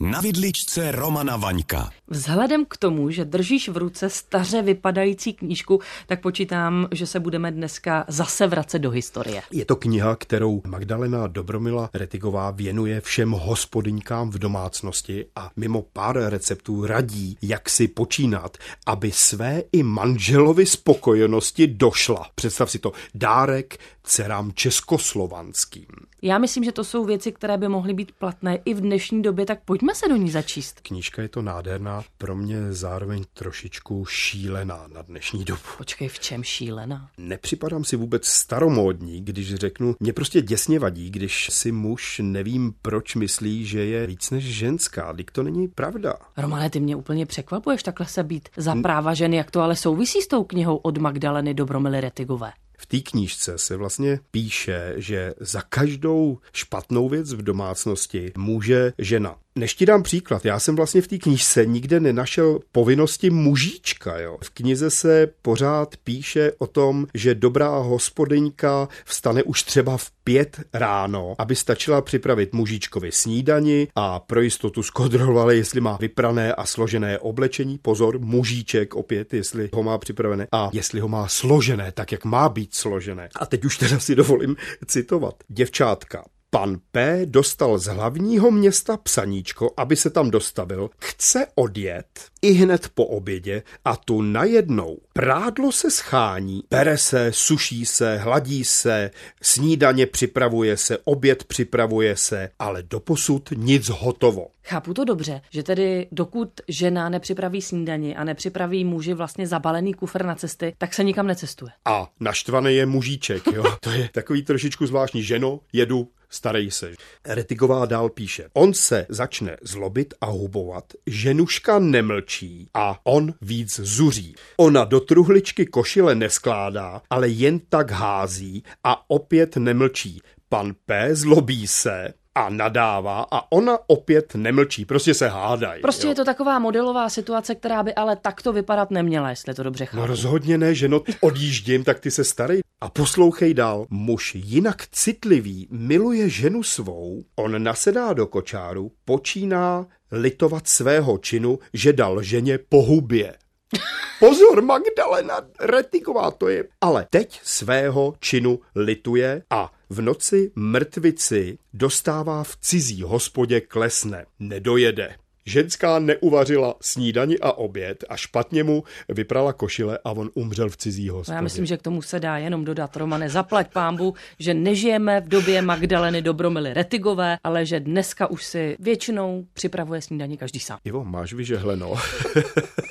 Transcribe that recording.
Na vidličce Romana Vaňka. Vzhledem k tomu, že držíš v ruce staře vypadající knížku, tak počítám, že se budeme dneska zase vracet do historie. Je to kniha, kterou Magdalena Dobromila Rettigová věnuje všem hospodyňkám v domácnosti a mimo pár receptů radí, jak si počínat, aby své i manželovi spokojenosti došla. Představ si to, dárek dcerám českoslovanským. Já myslím, že to jsou věci, které by mohly být platné i v dnešní době, tak pojďme se do ní začíst. Knížka je to nádherná, pro mě zároveň trošičku šílená na dnešní dobu. Počkej, v čem šílená? Nepřipadám si vůbec staromódní, když řeknu, mě prostě děsně vadí, když si muž nevím proč myslí, že je víc než ženská, vždyť to není pravda. Romane, ty mě úplně překvapuješ takhle se být za práva ženy, jak to ale souvisí s tou knihou od Magdaleny Dobromily Rettigové. V té knížce se vlastně píše, že za každou špatnou věc v domácnosti může žena. Než ti dám příklad, já jsem vlastně v té knížce nikde nenašel povinnosti mužíčka. Jo. V knize se pořád píše o tom, že dobrá hospodyňka vstane už třeba v 5 ráno, aby stačila připravit mužíčkovi snídani a pro jistotu zkontrolovali, jestli má vyprané a složené oblečení. Pozor, mužíček opět, jestli ho má připravené a jestli ho má složené, tak jak má být složené. A teď už teda si dovolím citovat. Děvčátka. Pan P. dostal z hlavního města psaníčko, aby se tam dostavil, chce odjet i hned po obědě a tu najednou prádlo se schání, pere se, suší se, hladí se, snídaně připravuje se, oběd připravuje se, ale doposud nic hotovo. Chápu to dobře, že tedy dokud žena nepřipraví snídani a nepřipraví muži vlastně zabalený kufr na cesty, tak se nikam necestuje. A naštvaný je mužíček, jo. To je takový trošičku zvláštní. Ženo, jedu, starej se. Rettigová dál píše. On se začne zlobit a hubovat, ženuška nemlčí a on víc zuří. Ona do truhličky košile neskládá, ale jen tak hází a opět nemlčí. Pan P. zlobí se a nadává a ona opět nemlčí, prostě se hádají. Prostě je to taková modelová situace, která by ale takto vypadat neměla, jestli to dobře chápu. No rozhodně ne, že odjíždím, tak ty se starej. A poslouchej dál. Muž jinak citlivý miluje ženu svou, on nasedá do kočáru, počíná litovat svého činu, že dal ženě po hubě. Pozor, Magdalena Rettigová to je. Ale teď svého činu lituje a v noci mrtvici dostává v cizí hospodě klesne. Nedojede. Ženská neuvařila snídani a oběd a špatně mu vyprala košile a on umřel v cizí hospodě. Já myslím, že k tomu se dá jenom dodat, Romane, zaplať pánbu, že nežijeme v době Magdaleny Dobromily Rettigové, ale že dneska už si většinou připravuje snídani každý sám. Ivo, máš vyžehleno.